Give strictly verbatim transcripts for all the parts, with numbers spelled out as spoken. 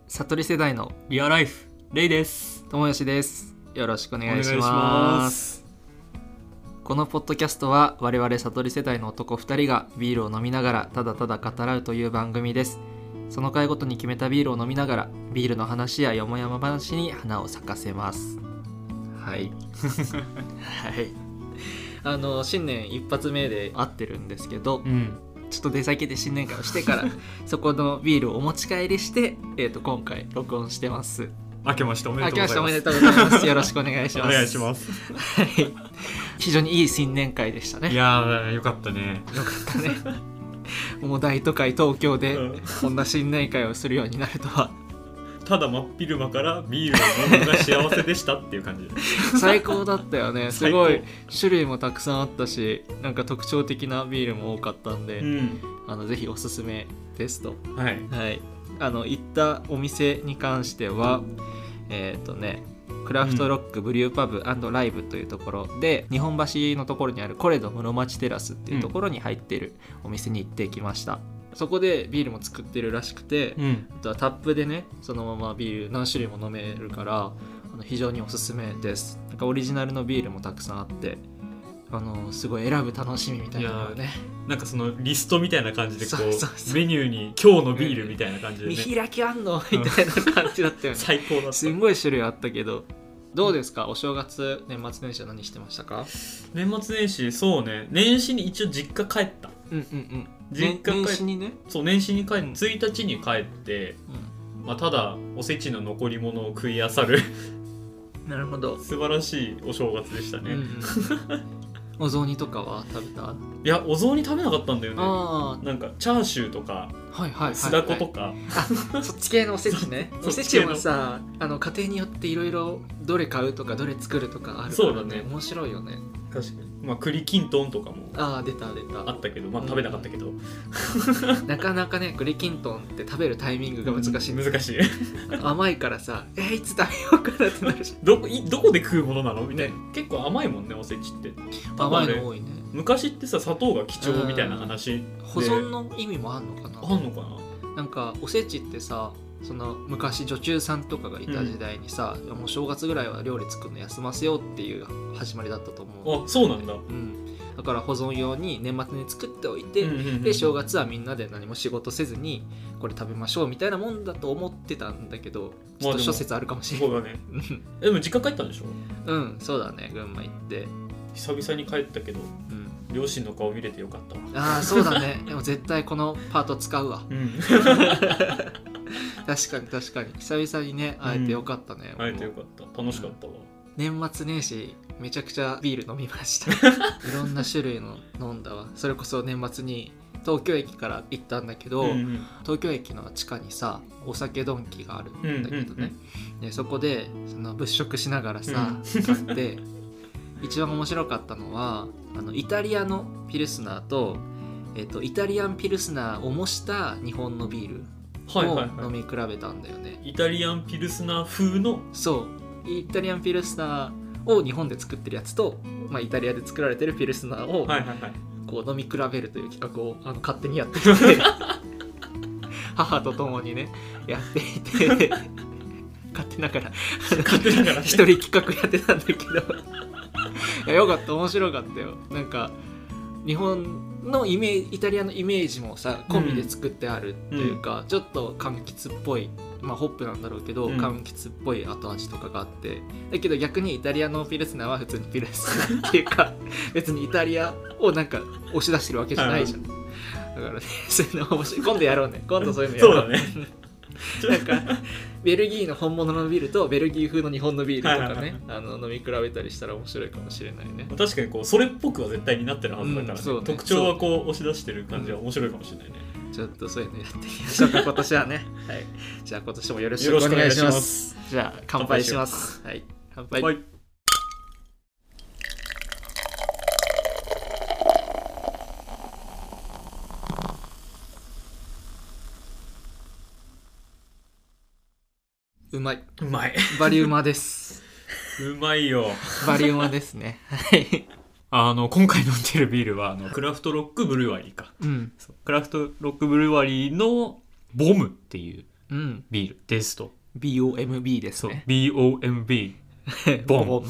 悟り世代のリアライフレイです。 友吉です。よろしくお願いします。 お願いします。 このポッドキャストは我々悟り世代の男ふたりがビールを飲みながらただただ語らうという番組です。その回ごとに決めたビールを飲みながらビールの話やよもやま話に花を咲かせます。はいはいあの新年一発目で会ってるんですけど、うん、ちょっと出先で新年会をしてからそこのビールをお持ち帰りして、えーと今回録音してます。 明けましておめでとうございます。 明けましておめでとうございます。よろしくお願いします。 お願いしますはい、非常にいい新年会でしたね。 いやーよかったね。 よかったねもう大都会東京でこんな新年会をするようになるとはただ真っ昼間からビールを飲むのが幸せでしたっていう感じ最高だったよね。すごい種類もたくさんあったし、なんか特徴的なビールも多かったんで、うん、あのぜひおすすめですと。はい、はい、あの行ったお店に関してはえっ、ー、とねクラフトロックブリューパブ&ライブというところで、うん、日本橋のところにあるコレド室町テラスっていうところに入っているお店に行ってきました。そこでビールも作ってるらしくて、うん、あとはタップでねそのままビール何種類も飲めるからあの非常におすすめです。なんかオリジナルのビールもたくさんあってあのすごい選ぶ楽しみみたいなのね。 なんかそのリストみたいな感じでこうそうそうそうメニューに今日のビールみたいな感じで、ね、 見開きあんのみたいな感じだったよね最高だった。 すんごい種類あったけどどうですか、お正月年末年始は何してましたか？ 年末年始そうね、年始に一応実家帰った。うんうんうん実家帰年始にねそう年始に帰って、うん、ついたちに帰って、うんまあ、ただおせちの残り物を食い漁るなるほど素晴らしいお正月でしたね、うんうんお雑煮とかは食べた？ いやお雑煮食べなかったんだよね。なんかチャーシューとか酢だことか、 あそっち系のおせちねおせちもさあの家庭によっていろいろどれ買うとかどれ作るとかあるから ね, そうだね面白いよね。 確かに、まあ、栗きんとんとかもあ出た出たあったけど、まあ、食べなかったけど、うん、なかなかね栗きんとんって食べるタイミングが難しい、 うん、難しい甘いからさえー、いつ食べようかなってなるしど, どこで食うものなのみたいな、結構甘いもんねおせちって。 甘いの多いね。 昔ってさ砂糖が貴重みたいな話で保存の意味もあんのかな。 あんのかな。 なんかおせちってさその昔女中さんとかがいた時代にさ、うん、もう正月ぐらいは料理作るの休ませようっていう始まりだったと思う。 あそうなんだ、 うん、だから保存用に年末に作っておいて、うんうんうんうん、で正月はみんなで何も仕事せずにこれ食べましょうみたいなもんだと思ってたんだけどちょっと諸説あるかもしれない、 まあ、でもそうだねでも実家帰ったんでしょ。 うんそうだね群馬行って久々に帰ったけど、うん両親の顔見れてよかったわ。ああそうだねでも絶対このパート使うわ、うん、確かに確かに久々にね会えてよかったね、 うん、会えてよかった楽しかったわ、うん、 年末年始めちゃくちゃビール飲みましたいろんな種類の飲んだわ。それこそ年末に東京駅から行ったんだけど、うんうん、東京駅の地下にさお酒ドンキがあるんだけどね、うんうんうん、でそこでその物色しながらさ、うん、買って一番面白かったのはあのイタリアのピルスナーと、えっと、イタリアンピルスナーを模した日本のビールを飲み比べたんだよね、はいはいはい、 イタリアンピルスナー風のそうイタリアンピルスナーを日本で作ってるやつと、まあ、イタリアで作られてるピルスナーを、はいはいはい、こう飲み比べるという企画をあの勝手にやっていて母と共にねやっていて勝手ながら勝手ながら、ね、一人企画やってたんだけどいやよかった面白かったよ。なんか日本のイメージイタリアのイメージもさ込みで作ってあるというか、うん、ちょっと柑橘っぽいまあホップなんだろうけど、うん、柑橘っぽい後味とかがあってだけど逆にイタリアのピルスナーは普通にピルスナーっていうか別にイタリアをなんか押し出してるわけじゃないじゃん、はい、だからねそういうの面白い今度やろうね今度そういうのやろうそうだねなんかベルギーの本物のビールとベルギー風の日本のビールとかね、はいはいはい、あの飲み比べたりしたら面白いかもしれないね。 確かにこうそれっぽくは絶対になってるはずだから、ねうんね、特徴はこう押し出してる感じは面白いかもしれないね、 うん、ちょっとそういうのやってみましょうか今年はね、はい、じゃあ今年もよろしくお願いします。じゃあ乾杯します。はい、乾杯、はい。うまいうまいバリウマですうまいよバリウマですねはいあの今回飲んでるビールはあのクラフトロックブルワリーか、うん、クラフトロックブルワリーのボムっていううん、 ビールですと。 ビーオーエムビー ですね。 そう ビーオーエムビー ボンボン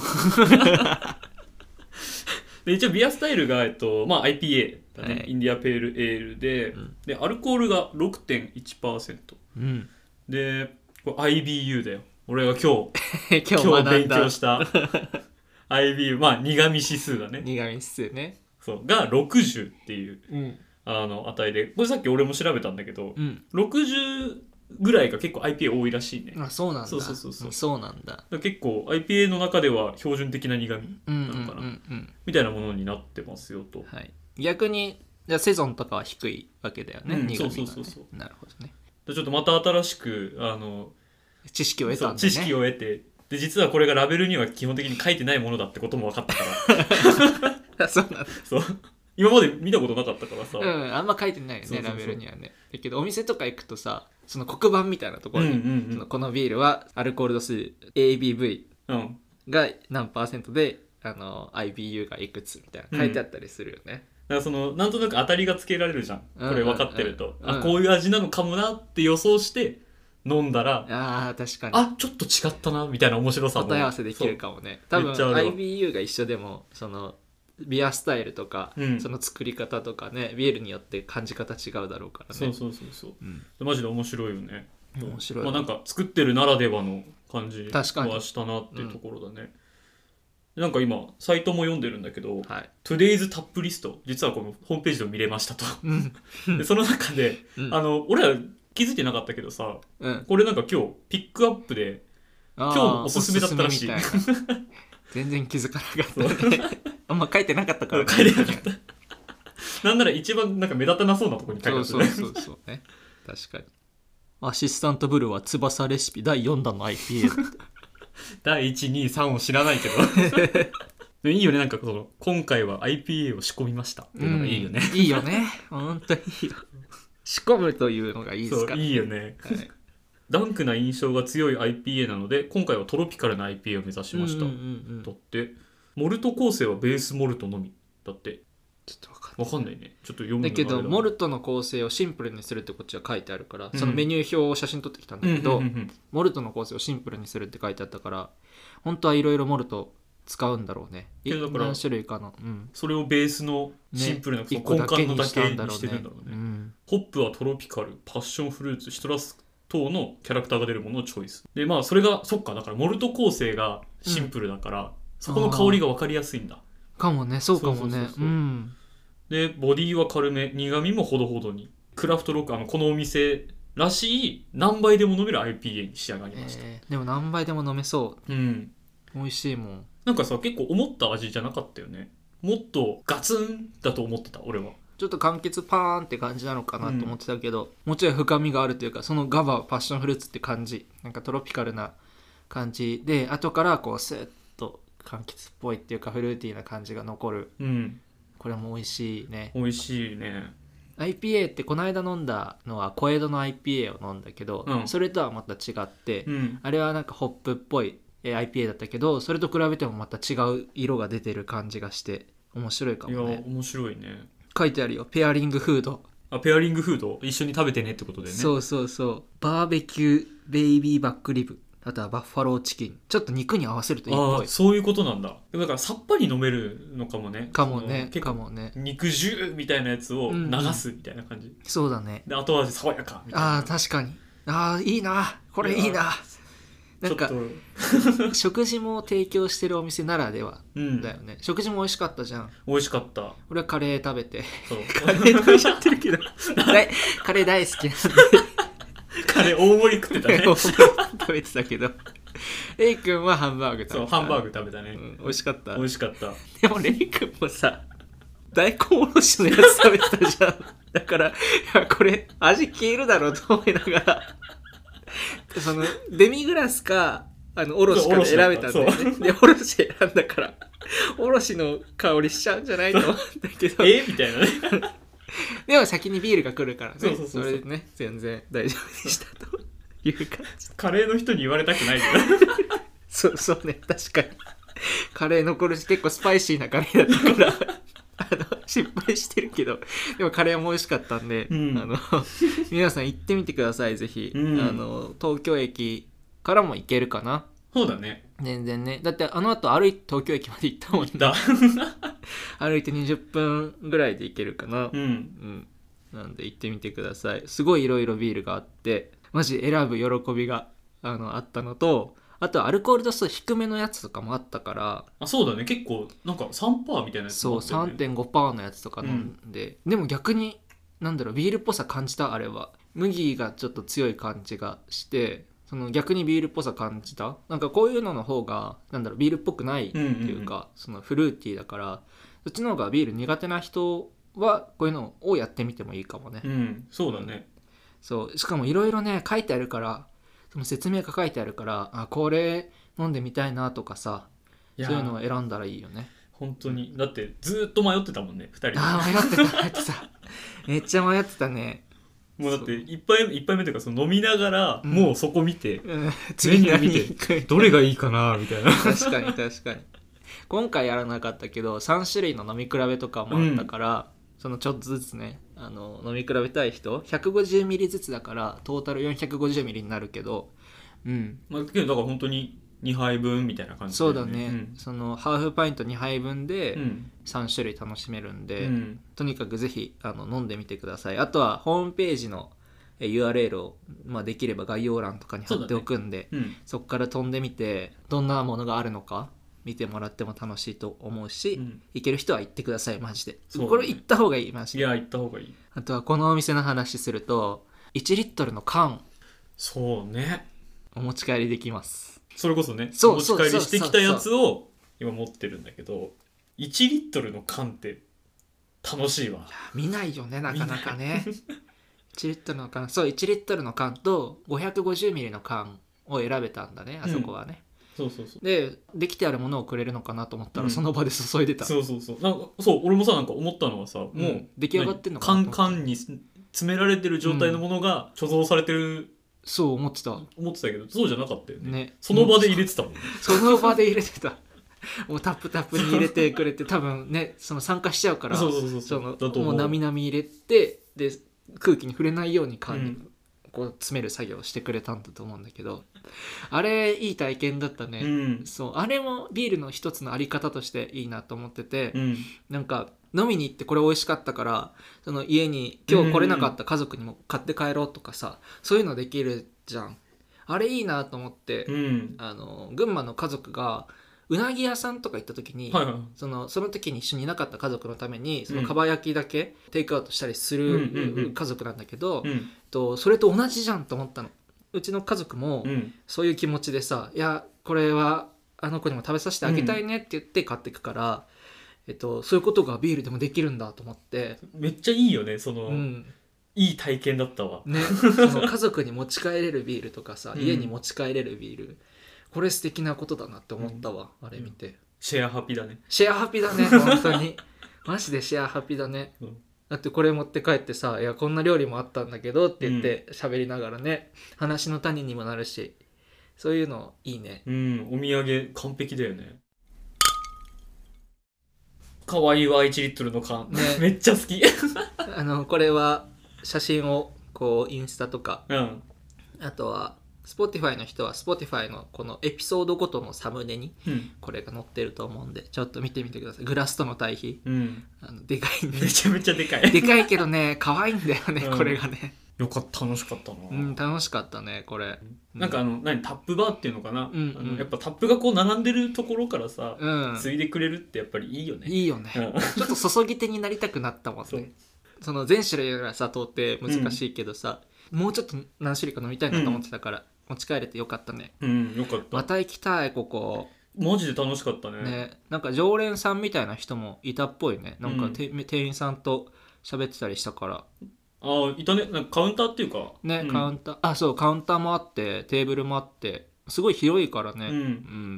で一応ビアスタイルが、えっとまあ、アイピーエーだね、はい、インディアペールエール で、うん、でアルコールが ろくてんいちパーセント、うん、でこれ アイビーユー だよ。俺が今日今日, 今日勉強した アイビーユー まあ苦味指数だね。 苦味指数ね。 そうがろくじゅうっていう、うん、あの値で、これさっき俺も調べたんだけど、うん、ろくじゅうぐらいが結構 アイピーエー 多いらしいね。 あ、そうなんだ。 そうそうそうそう。 そうなんだ。 だ結構 アイピーエー の中では標準的な苦味なのかな、うんうんうんうん、みたいなものになってますよと。 はい、逆にじゃセゾンとかは低いわけだよね、うん、苦味がね。 そうそうそうそう。 なるほどね。 ちょっとまた新しくあの知識を得たんだね。 知識を得て、で実はこれがラベルには基本的に書いてないものだってことも分かったからそうなんだ。 そう今まで見たことなかったからさ、 うん、あんま書いてないよね。そうそうそう、ラベルにはね。だけどお店とか行くとさ、その黒板みたいなところに、うんうんうん、そのこのビールはアルコール度数 エービーブイ が何パーセントで、あの アイビーユー がいくつみたいな書いてあったりするよね、うん、だからそのなんとなく当たりがつけられるじゃん、これ分かってると、うんうんうん、あこういう味なのかもなって予想して飲んだら、 あ確かにあちょっと違ったなみたいな面白さも答え合わせできるかもね。多分 アイビーユー が一緒でもそのビアスタイルとか、うん、その作り方とかね、ビールによって感じ方違うだろうからね。 そうそうそうそう、うん、マジで面白いよね。 面白い、 まあ、なんか作ってるならではの感じはしたなっていうところだね、うん、なんか今サイトも読んでるんだけど、はい、Today's タップリスト実はこのホームページでも見れましたと、うん、でその中で、うん、あの俺ら気づいてなかったけどさ、うん、これなんか今日ピックアップで今日のおすすめだったらしい。 全然気づかなかったねあんま書いてなかったから、 ね、書いてなかったなんなら一番なんか目立たなそうなところに書いてあった、ね、 そうそうそうそうね。確かにアシスタントブルーは翼レシピだいよんだんの アイピーエーだいいち、に、さんを知らないけどでいいよね、なんかその今回は アイピーエー を仕込みましたっていうのがいいよね、 うん、いいよね本当にいいよ仕込むというのがいいですから、 ね、そういいよね、はい、ダンクな印象が強い アイピーエー なので今回はトロピカルな アイピーエー を目指しました、うんうんうんうん、だってモルト構成はベースモルトのみだって。 ちょっと分かんない分かんないね。ちょっと読むのだけどモルトの構成をシンプルにするってこっちは書いてあるから、うん、そのメニュー表を写真撮ってきたんだけど、うんうんうんうん、モルトの構成をシンプルにするって書いてあったから本当はいろいろモルト使うんだろうね。何種類かの、うん、 それをベースのシンプルな、ね、根幹のだけにしてるんだろうね、うん、ホップはトロピカル、パッションフルーツ、シトラス等のキャラクターが出るものをチョイスで、まあそれがそっかだからモルト構成がシンプルだから、うん、そこの香りが分かりやすいんだかもね。そうかもね。 でボディは軽め、苦味もほどほどに、クラフトロック、あのこのお店らしい何杯でも飲める アイピーエー に仕上がりました、えー、でも何杯でも飲めそう、うん、美味しいもん。 なんかさ結構思った味じゃなかったよね。もっとガツンだと思ってた俺は。 ちょっと柑橘パーンって感じなのかなと思ってたけど、うん、もちろん深みがあるというか、そのガバパッションフルーツって感じ、なんかトロピカルな感じで後からこうスッと柑橘っぽいっていうかフルーティーな感じが残る、うん、これも美味しいね。 美味しいね。 アイピーエー ってこの間飲んだのは小江戸の アイピーエー を飲んだけど、うん、それとはまた違って、うん、あれはなんかホップっぽい アイピーエー だったけど、それと比べてもまた違う色が出てる感じがして面白いかもね。 いや面白いね。 書いてあるよ、ペアリングフード。 あ、ペアリングフード一緒に食べてねってことでね。 そうそうそう。バーベキューベイビーバックリブ、あとはバッファローチキン、ちょっと肉に合わせるといいっぽい。 あ、そういうことなんだ。だからさっぱり飲めるのかもね。 かもね、かもね。 肉汁みたいなやつを流すみたいな感じ、うんうん、 そうだね。 で後味爽やかみたいな。 あ、確かに。あ、いいなこれ。いいな。なんか食事も提供してるお店ならではだよね、うん、食事も美味しかったじゃん。 美味しかった。 俺はカレー食べて、そうカレー食べちゃってるけどカレー大好きなんでカレー大盛り食ってたね食べてたけどレイ君はハンバーグ食べた。 そうハンバーグ食べたね、 うん、美味しかった。 美味しかった。 でもレイ君もさ大根おろしのやつ食べてたじゃんだからいやこれ味消えるだろうと思いながらそのデミグラスかあのおろしか選べたんだよね。でおろし選んだからおろしの香りしちゃうんじゃないのだけどえみたいなねでも先にビールが来るからね。そうそうそうそう、それでね全然大丈夫でしたという感じ。 カレーの人に言われたくないけどそうそうね、確かにカレー残るし結構スパイシーなカレーだったからあの失敗してるけどでもカレーも美味しかったんで、うん、あの皆さん行ってみてくださいぜひ、うん、あの東京駅からも行けるかな。 そうだね、 全然ね。だってあの後歩いて東京駅まで行ったもんね。歩いてにじゅっぷんぐらいで行けるかな。うん、うん、なんで行ってみてください。すごいいろいろビールがあってマジ選ぶ喜びがあのあったのと、あとアルコール度数低めのやつとかもあったから。 あ、そうだね、結構なんか さんパーセント みたいなやつもあったよね。 そう さんてんごパーセント のやつとか飲んで、うん、でも逆になんだろうビールっぽさ感じた。あれは麦がちょっと強い感じがしてその逆にビールっぽさ感じた。なんかこういうのの方がなんだろうビールっぽくないっていうか、うんうんうん、そのフルーティーだからそっちの方がビール苦手な人はこういうのをやってみてもいいかもね。 うん、そうだね。 そうしかもいろいろね書いてあるからその説明が書いてあるからあこれ飲んでみたいなとかさそういうのを選んだらいいよね。 本当にだってずっと迷ってたもんねふたりで。 あ迷ってた迷ってためっちゃ迷ってたね。 もうだって一杯目一杯目というかその飲みながらもうそこ見て、うん、メニュー見てどれがいいかなみたいな。 確かに確かに今回やらなかったけどさん種類の飲み比べとかもあったから、うん、そのちょっとずつねあの飲み比べたい人 ひゃくごじゅうミリリットル ずつだからトータル よんひゃくごじゅうミリリットル になるけど、うんまあ、けどだから本当ににはいぶんみたいな感じだよね。 そうだね、うん、そのハーフパイントにはいぶんでさん種類楽しめるんで、うん、とにかくぜひあの飲んでみてください。あとはホームページの ユーアールエル を、まあ、できれば概要欄とかに貼っておくんで そ,、ねうん、そこから飛んでみてどんなものがあるのか見てもらっても楽しいと思うし、うん、行ける人は行ってくださいマジで、ね、これ行った方がいいマジで。 いや行った方がいい。 あとはこのお店の話するといちリットルの缶そうねお持ち帰りできます。 それこそねお持ち帰りしてきたやつを今持ってるんだけどいちリットルの缶って楽しいわ。いや見ないよねなかなかねいちリットルの缶そういちリットルの缶と ごひゃくごじゅうミリリットル の缶を選べたんだねあそこはね、 うん、そうそうそうでできてあるものをくれるのかなと思ったら、うん、その場で注いでた。 そうそうそうなんかそう俺もさなんか思ったのはさ、うん、もう出来上がってんのかな缶缶に詰められてる状態のものが貯蔵されてる、うんそう思ってた思ってたけどそうじゃなかったよ ね, ねその場で入れてたもんね。 その場で入れてたもうタップタップに入れてくれて多分ねその参加しちゃうからそうそうそうそうそのもうなみなみ入れてで空気に触れないように缶にこう詰める作業をしてくれたんだと思うんだけど、うん、あれいい体験だったね、うん、そうあれもビールの一つのあり方としていいなと思ってて、うん、なんか飲みに行ってこれ美味しかったからその家に今日来れなかった家族にも買って帰ろうとかさそういうのできるじゃん。あれいいなと思って、うん、あの群馬の家族がうなぎ屋さんとか行った時に、はいはい、そのその時に一緒にいなかった家族のためにそのかば焼きだけテイクアウトしたりする家族なんだけど、うんうんうん、とそれと同じじゃんと思ったの。うちの家族もそういう気持ちでさ、うん、いやこれはあの子にも食べさせてあげたいねって言って買ってくから、うんえっと、そういうことがビールでもできるんだと思ってめっちゃいいよねその、うん、いい体験だったわ、 ね、その家族に持ち帰れるビールとかさ、うん、家に持ち帰れるビールこれ素敵なことだなって思ったわ、うん、あれ見てシェアハピだねシェアハピだね本当にマジでシェアハピだね、うん、だってこれ持って帰ってさいやこんな料理もあったんだけどって言って喋りながらね、うん、話の種にもなるしそういうのいいね。 うんお土産完璧だよね。かわいいわいちリットルの缶、ね、めっちゃ好きあのこれは写真をこうインスタとか、うん、あとは Spotify の人は Spotify のこのエピソードごとのサムネにこれが載ってると思うんでちょっと見てみてください。グラスとの対比、うん、あのでかいんでめちゃめちゃでかいでかいけどね可愛いんだよね、うん、これがねよかった楽しかったな、 うん、楽しかったねこれ、 うん、なんかあの何タップバーっていうのかな、うんうん、あのやっぱタップがこう並んでるところからさ、うん、ついでくれるってやっぱりいいよねいいよね、うん、ちょっと注ぎ手になりたくなったもんねそ, その全種類がさ到底難しいけどさ、うん、もうちょっと何種類か飲みたいなと思ってたから、うん、持ち帰れてよかったね。 うんよかったまた行きたいここマジで楽しかった ね, ねなんか常連さんみたいな人もいたっぽいねなんか、うん、店員さんと喋ってたりしたからあいたねなんかカウンターっていうかね、うん、カウンターあそうカウンターもあってテーブルもあってすごい広いからね、うんうん、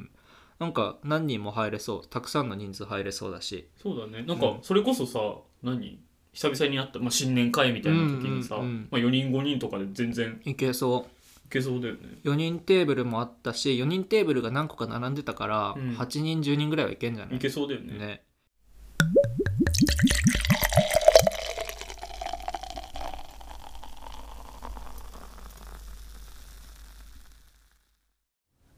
なんか何人も入れそうたくさんの人数入れそうだしそうだねなんかそれこそさ、うん、何久々に会った、まあ、新年会みたいな時にさ、うんうんうんまあ、よにんごにんとかで全然いけそういけそうだよね。 よにんテーブルもあったしよにんテーブルが何個か並んでたから、うん、はちにんじゅうにんぐらいはいけんじゃないいけそうだよね。ね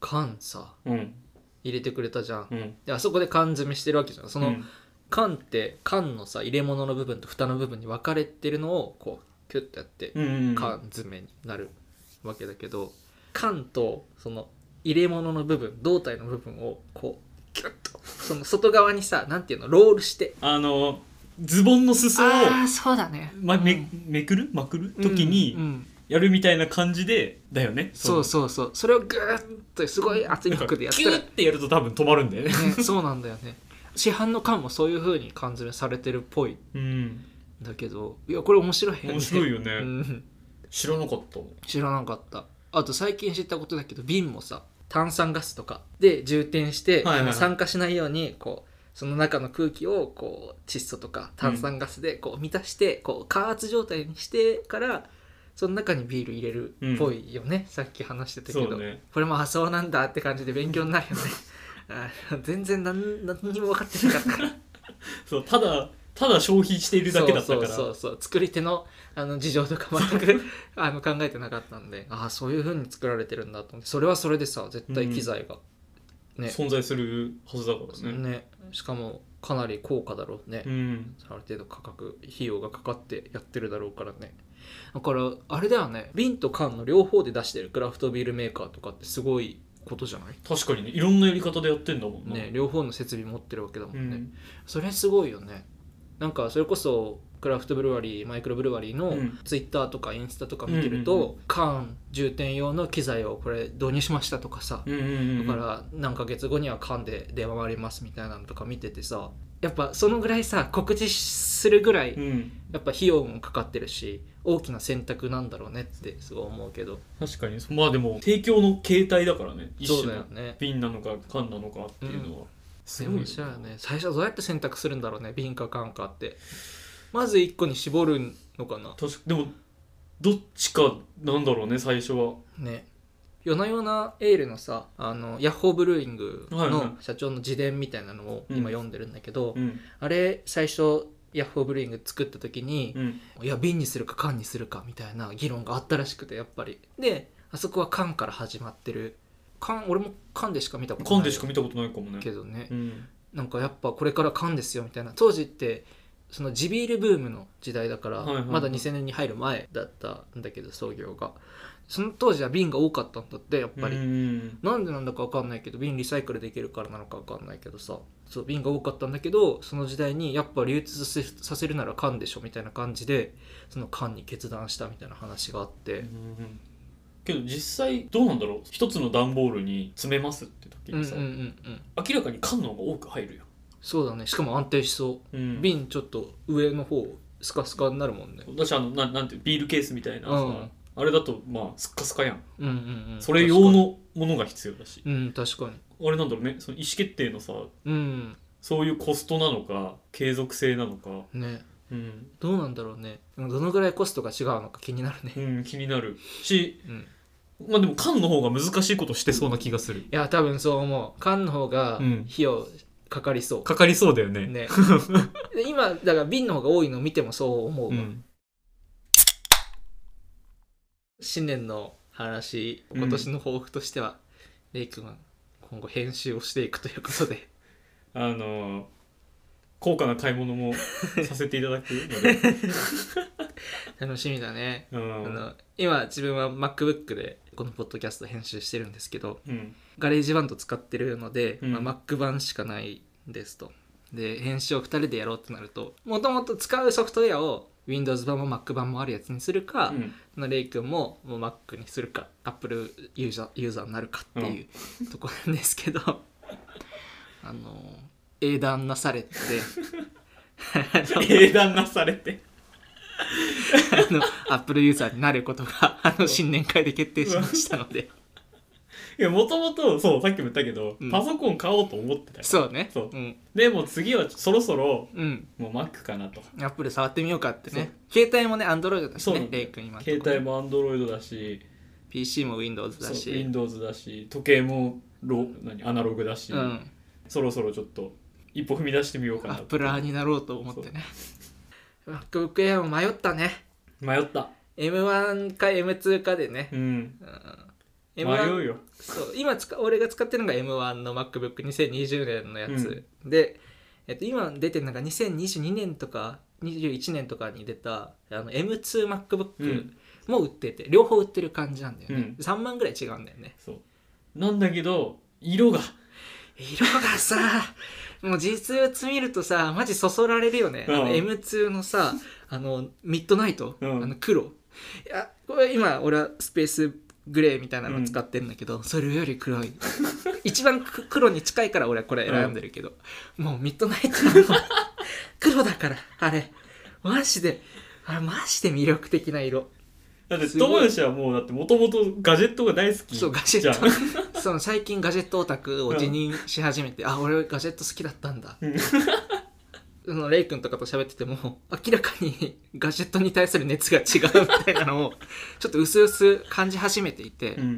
缶さ、 うん、 入れてくれたじゃん、 うん、 であそこで缶詰してるわけじゃん。その、うん、缶って缶のさ入れ物の部分と蓋の部分に分かれてるのをこうキュッとやって、うんうんうん、缶詰になるわけだけど、缶とその入れ物の部分胴体の部分をこうキュッとその外側にさなんていうのロールしてあのズボンの裾をあそうだね、 ま、め, めくるまくる時にやるみたいな感じでだよね。 そうそうそう、それをグーッとすごい圧力でやったらキュッてやると多分止まるんだよ ね, ねそうなんだよね。市販の缶もそういう風に缶詰されてるっぽい、うん、だけどいやこれ面白いよね。 面白いよね、うん、知らなかった知らなかった。あと最近知ったことだけど瓶もさ炭酸ガスとかで充填して、はいはいはい、酸化しないようにこうその中の空気をこう窒素とか炭酸ガスでこう満たして、うん、こう加圧状態にしてからその中にビール入れるっぽいよね、うん、さっき話してたけど、ね、これもあそうなんだって感じで勉強になるよねあ全然 何, 何にも分かってなかったからそうただただ消費しているだけだったからそうそうそう作り手の、あの事情とか全くあの考えてなかったんでああそういう風に作られてるんだと思って、それはそれでさ絶対機材が、 うんね、存在するはずだからね。 ねしかもかなり高価だろうね、うん、ある程度価格費用がかかってやってるだろうからね。だからあれだよね、瓶と缶の両方で出してるクラフトビールメーカーとかってすごいことじゃない？ 確かにね、いろんなやり方でやってんだもんね。両方の設備持ってるわけだもんね、うん、それすごいよね。なんかそれこそクラフトブルワリーマイクロブルワリーのツイッターとかインスタとか見てると、うんうんうん、缶充填用の機材をこれ導入しましたとかさ、うんうんうん、だから何ヶ月後には缶で出回りますみたいなのとか見ててさ、やっぱそのぐらいさ告知するぐらい、うん、やっぱ費用もかかってるし大きな選択なんだろうねってすごい思うけど。 確かにまあでも提供の形態だからね、一種の瓶なのか缶なのかっていうのは、うんすごい面白いよね。最初どうやって選択するんだろうね、瓶か缶かって。まずいっこに絞るのかな。 確かでもどっちかなんだろうね最初はね。夜な夜なエールのさあのヤッホーブルーイングの社長の自伝みたいなのを今読んでるんだけど、うん、あれ最初ヤッホーブルーイング作った時に、うん、いや瓶にするか缶にするかみたいな議論があったらしくて、やっぱりであそこは缶から始まってる。缶俺も缶でしか見たことない缶でしか見たことないかもねけどね、うん、なんかやっぱこれから缶ですよみたいな。当時ってその地ビールブームの時代だから、はいはいはい、まだにせんねんに入る前だったんだけど創業がその当時は瓶が多かったんだってやっぱり。んなんでなんだか分かんないけど瓶リサイクルできるからなのか分かんないけどさ、そう瓶が多かったんだけどその時代にやっぱ流通させるなら缶でしょみたいな感じでその缶に決断したみたいな話があって、うんけど実際どうなんだろう、一つの段ボールに詰めますって時にさ、うんうんうんうん、明らかに缶の方が多く入るよ。 そうだね、しかも安定しそう、うん、瓶ちょっと上の方スカスカになるもんね。 私あの な, なんていうビールケースみたいなさ、うん、あれだとまあスッカスカやん、うんうんうん、それ用のものが必要だし、 うん、確かにあれなんだろうね、その意思決定のさ、うん、そういうコストなのか継続性なのかね、 うん、どうなんだろうね。どのぐらいコストが違うのか気になるね。 うん、気になるし、うんまあでも缶の方が難しいことしてそうな気がする。いや多分そう思う。缶の方が費用かかりそう、うん、 かかりそうだよね。ね今だから瓶の方が多いのを見てもそう思うわ、うん、新年の話今年の抱負としては、うん、レイ君は今後編集をしていくということであの高価な買い物もさせていただくので楽しみだね、うん、あの今自分は MacBook でこのポッドキャスト編集してるんですけど、うん、ガレージバンド使ってるので、うんまあ、Mac 版しかないですと。で編集をふたりでやろうってなるともともと使うソフトウェアを Windows 版も Mac 版もあるやつにするか、うん、レイ君ももう Mac にするか Apple ユーザー、ユーザーになるかっていう、うん、とこなんですけどあの英断なされて英断なされてあの Apple ユーザーになることがあの新年会で決定しましたのでいやもともとそうさっきも言ったけど、うん、パソコン買おうと思ってたよ。 そうねそう、うん、でも次はそろそろ、うん、もう Mac かなと。 Apple 触ってみようかってね。携帯もね Android だしね、レイ君今、 ね、携帯も Android だしピーシー も Windows だし Windows だし時計もロ何アナログだし、うん、そろそろちょっと一歩踏み出してみようかな。 アップラーになろうと思ってね。MacBook Air も迷ったね。 迷った。 エムワン か エムツー かでね、うん、 迷うよ。 そう今使俺が使ってるのが エムワン の MacBook にせんにじゅうねんのやつ、うん、で、えっと、今出てるのがにせんにじゅうにねんとかにじゅういちねんとかに出たあの エムツー MacBook も売ってて、うん、両方売ってる感じなんだよね、うん、さんまんぐらい違うんだよね。 そうなんだけど色が色がさもう実物見るとさマジそそられるよね、うん、あの エムツー のさあのミッドナイト、うん、あの黒いやこれ今俺はスペースグレーみたいなの使ってるんだけど、うん、それより黒い一番黒に近いから俺はこれ選んでるけど、うん、もうミッドナイトの黒だからあれマジであれマジで魅力的な色だって友達はもうだってもともとガジェットが大好きじゃん。 そうガジェットその最近ガジェットオタクを自認し始めて、うん、あ俺ガジェット好きだったんだそのレイ君とかと喋ってても明らかにガジェットに対する熱が違うみたいなのをちょっと薄々感じ始めていて、うんうん、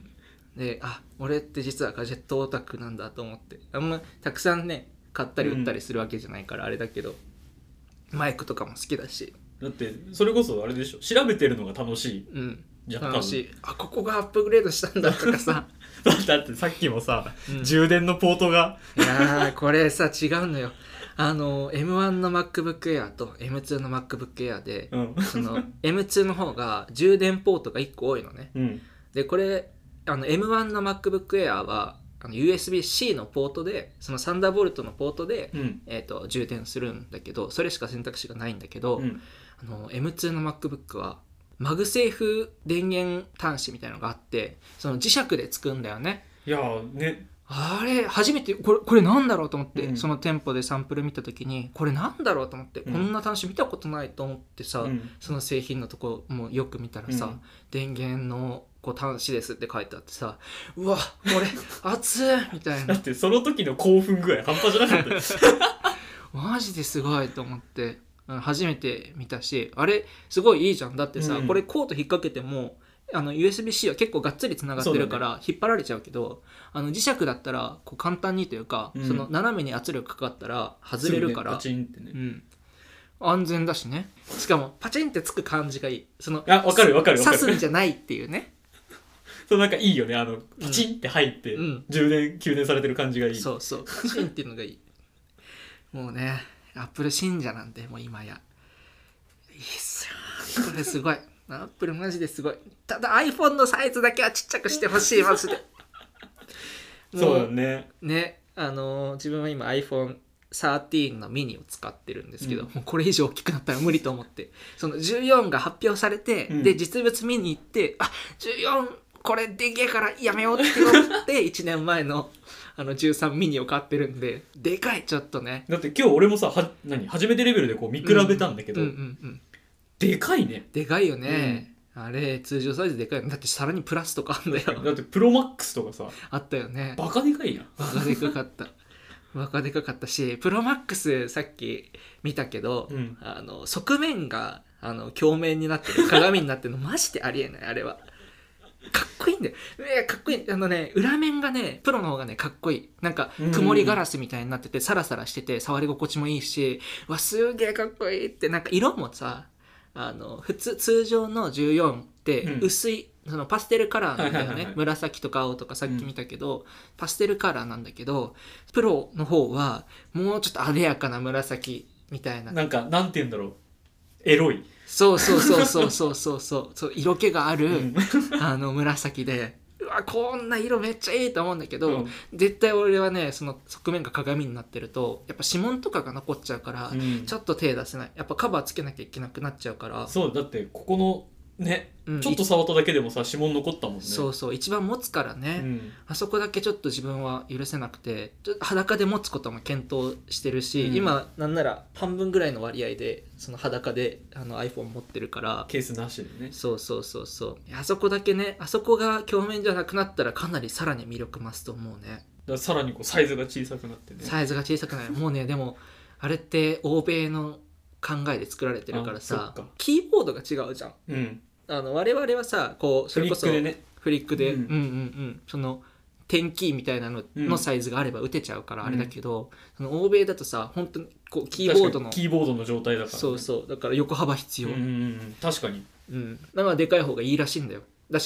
であ俺って実はガジェットオタクなんだと思ってあんまたくさんね買ったり売ったりするわけじゃないからあれだけど、うん、マイクとかも好きだしだってそれこそあれでしょ調べてるのが楽しい、 うん、じゃ楽しいあここがアップグレードしたんだとかさだってさっきもさ、うん、充電のポートがいやこれさ違うのよあの エムワン の MacBook Air と エムツー の MacBook Air で、うん、その エムツー の方が充電ポートがいっこ多いのね、うん、でこれあの エムワン の MacBook Air はあの ユーエスビー-C のポートでそのサンダーボルトのポートで、うんえー、と充電するんだけどそれしか選択肢がないんだけど、うん、あの エムツー の MacBook はマグセーフ電源端子みたいなのがあってその磁石でつくんだよね。 いやねあれ初めてこれこれなんだろうと思って、うん、その店舗でサンプル見た時にこれなんだろうと思って、うん、こんな端子見たことないと思ってさ、うん、その製品のとこもよく見たらさ、うん、電源のこう端子ですって書いてあってさうわこれ熱いみたいなだってその時の興奮具合半端じゃなかったマジですごいと思って初めて見たしあれすごいいいじゃんだってさ、うん、これコード引っ掛けてもあの ユーエスビー-C は結構がっつりつながってるから引っ張られちゃうけどあの磁石だったらこう簡単にというか、うん、その斜めに圧力かかったら外れるから、 ね、パチンってね、 うん、安全だしねしかもパチンってつく感じがいいそのあ分かる分かる分かる刺すんじゃないっていうねそうなんかいいよねあのパチンって入って、うん、充電給電されてる感じがいいそうそうパチンっていうのがいいもうねアップル信者なんでもう今やいいっすよこれすごいアップルマジですごいただ iPhone のサイズだけはちっちゃくしてほしいマジでそうだねねあのー、自分は今 アイフォンサーティーン のミニを使ってるんですけど、うん、もうこれ以上大きくなったら無理と思ってそのじゅうよんが発表されて、うん、で実物見に行ってあじゅうよんこれでけえからやめようって思っていちねんまえのあのじゅうさんミニを買ってるんででかいちょっとねだって今日俺もさは何初めてレベルでこう見比べたんだけど、うんうんうんうんでかいねでかいよね、うん、あれ通常サイズでかいよねだってさらにプラスとかあんだよだってプロマックスとかさあったよねバカでかいやんバカでかかったバカでかかったしプロマックスさっき見たけど、うん、あの側面があの鏡面になってる鏡になってるのマジでありえないあれはかっこいいんだよえかっこいいあのね裏面がねプロの方がねかっこいいなんか曇りガラスみたいになっててサラサラしてて触り心地もいいしわすげえかっこいいってなんか色もさあの普通通常のじゅうよんって薄い、うん、そのパステルカラーなんだよね、はいはいはい、紫とか青とかさっき見たけど、うん、パステルカラーなんだけどプロの方はもうちょっとあでやかな紫みたいななんかなんて言うんだろうエロいそうそうそうそうそうそうそうそう色気がある、うん、あの紫でうわこんな色めっちゃいいと思うんだけど、うん、絶対俺はねその側面が鏡になってるとやっぱ指紋とかが残っちゃうから、うん、ちょっと手出せないやっぱカバーつけなきゃいけなくなっちゃうからそうだってここのね、うん、ちょっと触っただけでもさ指紋残ったもんねそうそう一番持つからね、うん、あそこだけちょっと自分は許せなくてちょっと裸で持つことも検討してるし、うん、今なんなら半分ぐらいの割合でその裸であの iPhone 持ってるからケースなしでねそうそうそうそうあそこだけねあそこが鏡面じゃなくなったらかなりさらに魅力増すと思うねだからさらにこうサイズが小さくなってねサイズが小さくなるもうねでもあれって欧米の考えで作られてるからさキーボードが違うじゃん、うんあの我々はさこうそれこそフリックでねフリックで、うん、うんうんうんその点キーみたいなののサイズがあれば打てちゃうからあれだけど、うん、その欧米だとさ本当にこうキーボードのキーボードの状態だから、ね、 そうそうだから横幅必要、 うんうんうん、確かに、 うん、だからでかい方がいいらしいんだよだし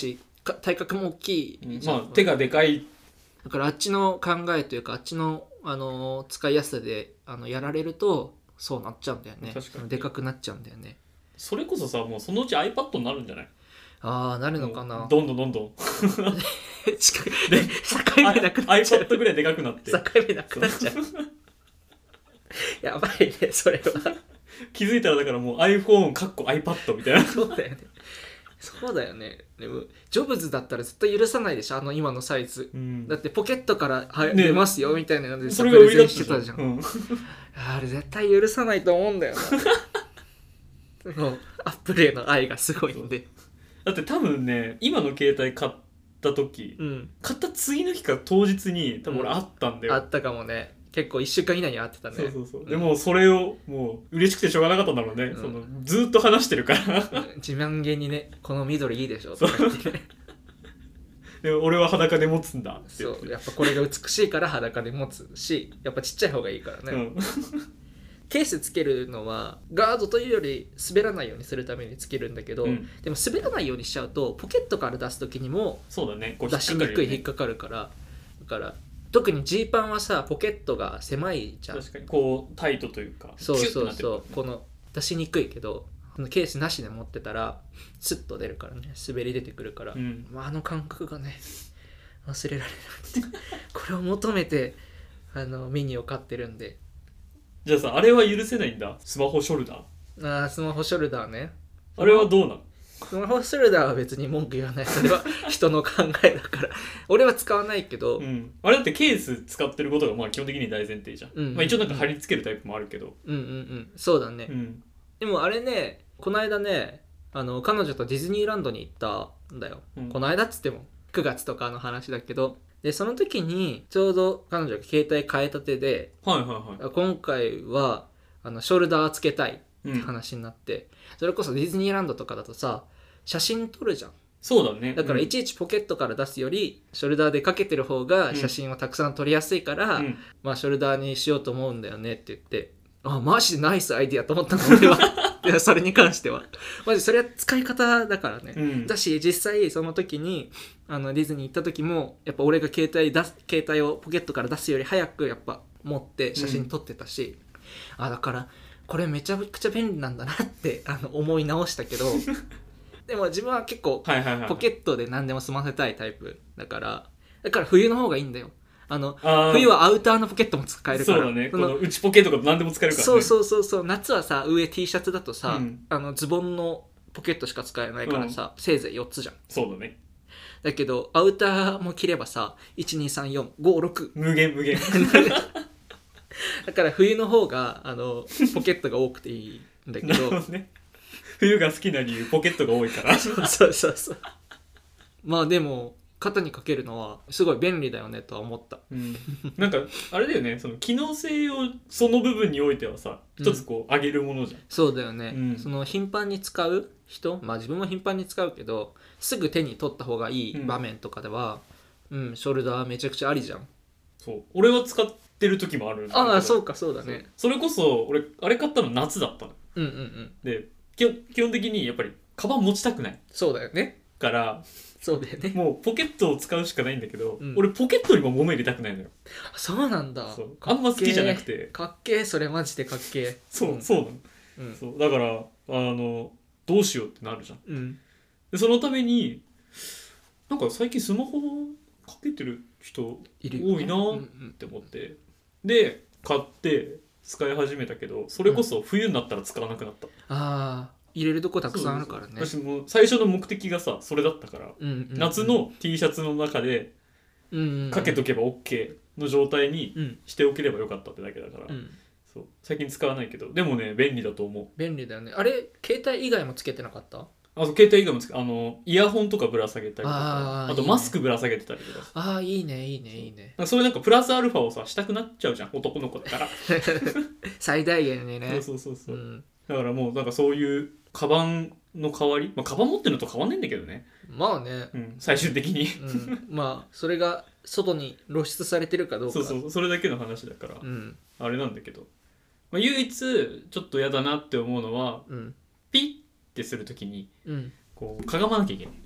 体格も大きい、 うん、まあ手がでかい。 だからあっちの考えというかあっちの、あのー、使いやすさであのやられるとそうなっちゃうんだよね。確かにでかくなっちゃうんだよね。 それこそさもうそのうち iPad になるんじゃない？ ああなるのかな。 どんどんどんどん近くで境目なくなっちゃう。 iPad ぐらいでかくなって境目なくなっちゃうやばいねそれは気づいたらだからもう iPhone かっこ iPad みたいなそうだよねそうだよね。でもジョブズだったら絶対許さないでしょあの今のサイズ、うん、だってポケットから、はいね、出ますよみたいなのでそれが売りだったしてたじゃん、うん、あれ絶対許さないと思うんだよなもうアップルへの愛がすごいんで。 だって多分ね今の携帯買った時、うん、買った次の日か当日に多分俺あったんだよ、 うん、あったかもね。結構いっしゅうかん以内に会ってたね。 そうそうそう、うん、でもそれをもう嬉しくてしょうがなかったんだろうね、うん、そのずっと話してるから自慢げにねこの緑いいでしょとか言ってでも俺は裸で持つんだって言って。 そうやっぱこれが美しいから裸で持つしやっぱちっちゃい方がいいからね、うん、ケースつけるのはガードというより滑らないようにするためにつけるんだけど、うん、でも滑らないようにしちゃうとポケットから出す時にもそうだね、こう出しにくい引っかかるからだから特にジーパンはさポケットが狭いじゃん。 確かにこうタイトというかそうそうそうこの出しにくいけどこのケースなしで持ってたらスッと出るからね滑り出てくるから、うんまあ、あの感覚がね忘れられないこれを求めてあのミニを買ってるんで。 じゃあさあれは許せないんだスマホショルダー。 ああスマホショルダーね。 あれはどうなの？ スマホショルダーは別に文句言わない。それは人の考えだから俺は使わないけど、 うん、あれだってケース使ってることがまあ基本的に大前提じゃん、うんうんうんまあ、一応なんか貼り付けるタイプもあるけどうんうんうんそうだね、うん、でもあれねこの間ねあの彼女とディズニーランドに行ったんだよ、うん、この間っつってもくがつとかの話だけどでその時にちょうど彼女が携帯変えたてで、 はいはいはい、 今回はあのショルダーつけたいって話になって、うん、それこそディズニーランドとかだとさ写真撮るじゃん。 そうだね。 だからいちいちポケットから出すより、うん、ショルダーでかけてる方が写真をたくさん撮りやすいから、うん、まあショルダーにしようと思うんだよねって言って、あマジでナイスアイディアと思ったの俺はいやそれに関してはマジそれは使い方だからね、うん、だし実際その時にあのディズニー行った時もやっぱ俺が携帯出す携帯をポケットから出すより早くやっぱ持って写真撮ってたし、うん、あだからこれめちゃくちゃ便利なんだなってあの思い直したけどでも自分は結構ポケットで何でも済ませたいタイプだからだから冬の方がいいんだよ。あのあ冬はアウターのポケットも使えるからそうだねこの内ポケとか何でも使えるからね。 そうそうそうそう夏はさ上 T シャツだとさ、うん、あのズボンのポケットしか使えないからさ、うん、せいぜいよっつじゃん。 そうだね。 だけどアウターも着ればさいちにさんよんごろく無限無限だから冬の方があのポケットが多くていいんだけどなるほどね。 冬が好きな理由ポケットが多いからそうそうそうそうまあでも肩にかけるのはすごい便利だよねとは思った、 うん、なんかあれだよねその機能性をその部分においてはさ一つこう上げるものじゃん、うん、 そうだよね、うん、その頻繁に使う人まあ自分も頻繁に使うけどすぐ手に取った方がいい場面とかでは、うん、うん、ショルダーめちゃくちゃありじゃん。 そう俺は使ってる時もあるんだけどああそうかそうだねそ, それこそ俺あれ買ったの夏だったの、 うんうんうん、 で基本的にやっぱりカバン持ちたくないそうだよねからそうだよねもうポケットを使うしかないんだけど、うん、俺ポケットにも物入れたくないのよ。 そうなんだ。 そうあんま好きじゃなくてかっけーそれマジでかっけーそう、うん、そうなの、うん、そうだからあのどうしようってなるじゃん、うん、でそのためになんか最近スマホかけてる人多いなって思って、うんうん、で買って使い始めたけどそれこそ冬になったら使わなくなった、うん、 ああ入れるとこたくさんあるからね。 私も最初の目的がさそれだったから、うんうんうん、夏の T シャツの中でかけとけば OK の状態にしておければよかったってだけだから、うん、そう最近使わないけどでもね便利だと思う。 便利だよね。あれ携帯以外もつけてなかった？ あと携帯以外もつけあのイヤホンとかぶら下げたりとか あ, あとマスクぶら下げてたりとか。 ああいいねいいねいいね。 そういうなんかプラスアルファをさしたくなっちゃうじゃん男の子だから最大限にね。 そうそうそうそう、うん、だからもうなんかそういうカバンの代わり、まあ、カバン持ってるのと変わんないんだけどね。 まあね、 うん、最終的に、 うん、まあそれが外に露出されてるかどうかそうそうそれだけの話だから、うん、あれなんだけど、まあ、唯一ちょっと嫌だなって思うのは、うん、ピッてするときに、うん、こうかがまなきゃいけない。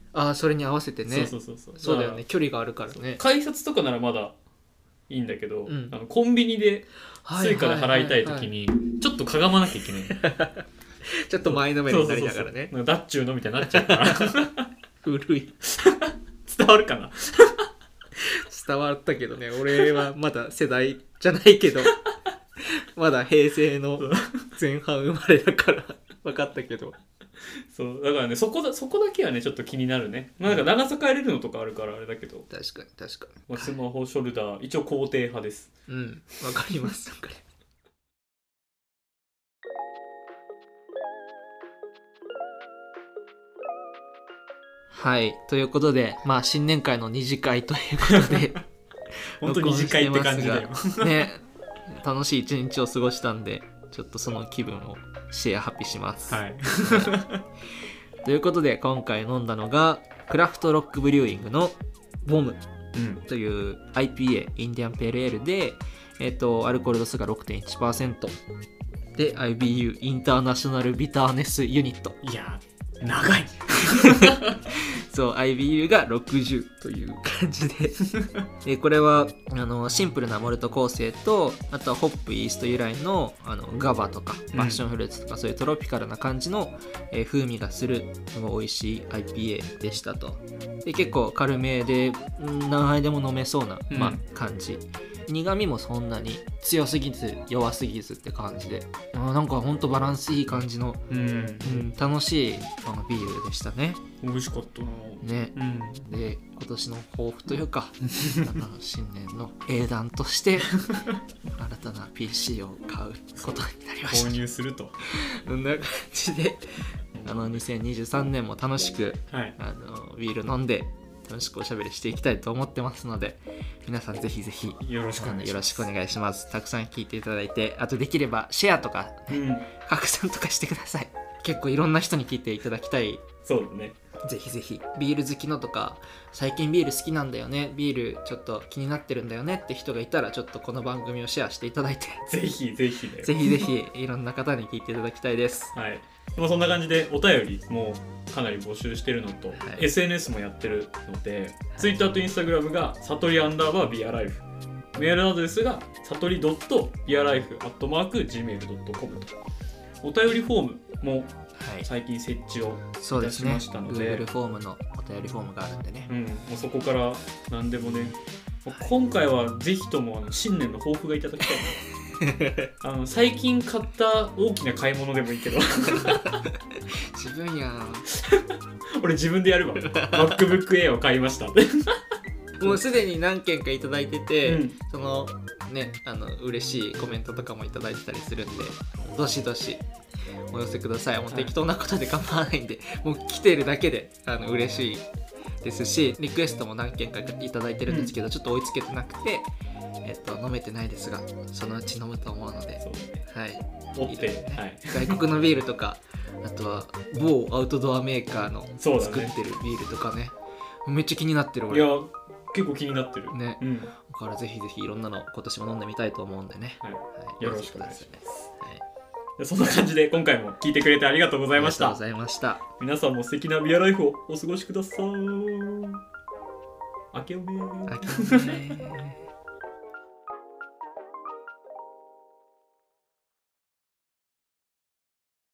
ああそれに合わせてね。 そうそうそうそうそうだよね、距離があるからね。 改札とかならまだいいんだけど、うん、あのコンビニでスイカで払いたい時にちょっとかがまなきゃいけないちょっと前のめりになりながらね、 ダッチューのみたいになっちゃうから古い伝わるかな伝わったけどね、俺はまだ世代じゃないけどまだ平成の前半生まれだから分かったけどそうだからね、そこだそこだけはねちょっと気になるね。まあ、なんか長さ変えれるのとかあるからあれだけど、 確かに確かに、 まあ、スマホショルダー一応肯定派です。 うんわかりますわかります。はいということで、まあ新年会の二次会ということで本当に二次会って感じだよね。楽しい一日を過ごしたんで、ちょっとその気分をシェアハピします、 はい、 ということで今回飲んだのがクラフトロックブリューイングのボムという アイピーエー インディアンペールエールで、えー、とアルコール度数が ろくてんいちパーセント で アイビーユー インターナショナルビターネスユニット。 いや長いそう アイビーユー がろくじゅうという感じででこれはあのシンプルなモルト構成と、あとはホップイースト由来 の, あのガバとかパッションフルーツとか、うん、そういうトロピカルな感じの、えー、風味がするのが美味しい アイピーエー でしたと。で結構軽めで何杯でも飲めそうな、まあ、感じ、うん苦味もそんなに強すぎず弱すぎずって感じで、なんかほんとバランスいい感じの、うんうん、楽しいあのビールでしたね。 美味しかったなね、うん、で今年の抱負というか新年の英断として新たな ピーシー を買うことになりました。 購入するとそんな感じであのにせんにじゅうさんねんも楽しく、 はい、 あのビール飲んで楽しくおしゃべりしていきたいと思ってますので、皆さんぜひぜひよろしくお願いします。 よろしくお願いします。たくさん聞いていただいて、あとできればシェアとか、ねうん、拡散とかしてください。結構いろんな人に聞いていただきたい。 そうだね。 ぜひぜひビール好きのとか、最近ビール好きなんだよね、ビールちょっと気になってるんだよねって人がいたら、ちょっとこの番組をシェアしていただいてぜひぜひね、 ぜひぜひいろんな方に聞いていただきたいです。 はい。でもそんな感じでお便りもかなり募集してるのと、はい、エスエヌエス もやってるので、はい、Twitter と Instagram がさとりアンダーバービアライフ、メールアドレスがさとり .ビアライフ アットマーク ジーメール ドットコム と、お便りフォームも最近設置をいたしましたので、 はい、Google フォームのお便りフォームがあるんでね、 うん、もうそこから何でもね、今回はぜひともあの新年の抱負がいただきたいあの最近買った大きな買い物でもいいけど自分や俺自分でやるわMacBook Air を買いましたもうすでに何件かいただいてて、うん、そのねあの嬉しいコメントとかもいただいてたりするんで、どしどしお寄せください。もう適当なことで構わないんで、もう来てるだけであの嬉しいですし、リクエストも何件かいただいてるんですけど、うん、ちょっと追いつけてなくて、えっと、飲めてないですが、そのうち飲むと思うので、 そうね、 はい、 追って、ね、 はい、外国のビールとか、あとは某アウトドアメーカーの作ってるビールとか ね, ねめっちゃ気になってる俺。 いや結構気になってるね、うん、だからぜひぜひいろんなの今年も飲んでみたいと思うんでね、 はいはい、よろしくお願いします。はい、そんな感じで今回も聞いてくれてありがとうございました。 ありがとうございました。 皆さんも素敵なビアライフをお過ごしください。あけおめー。 あけおめー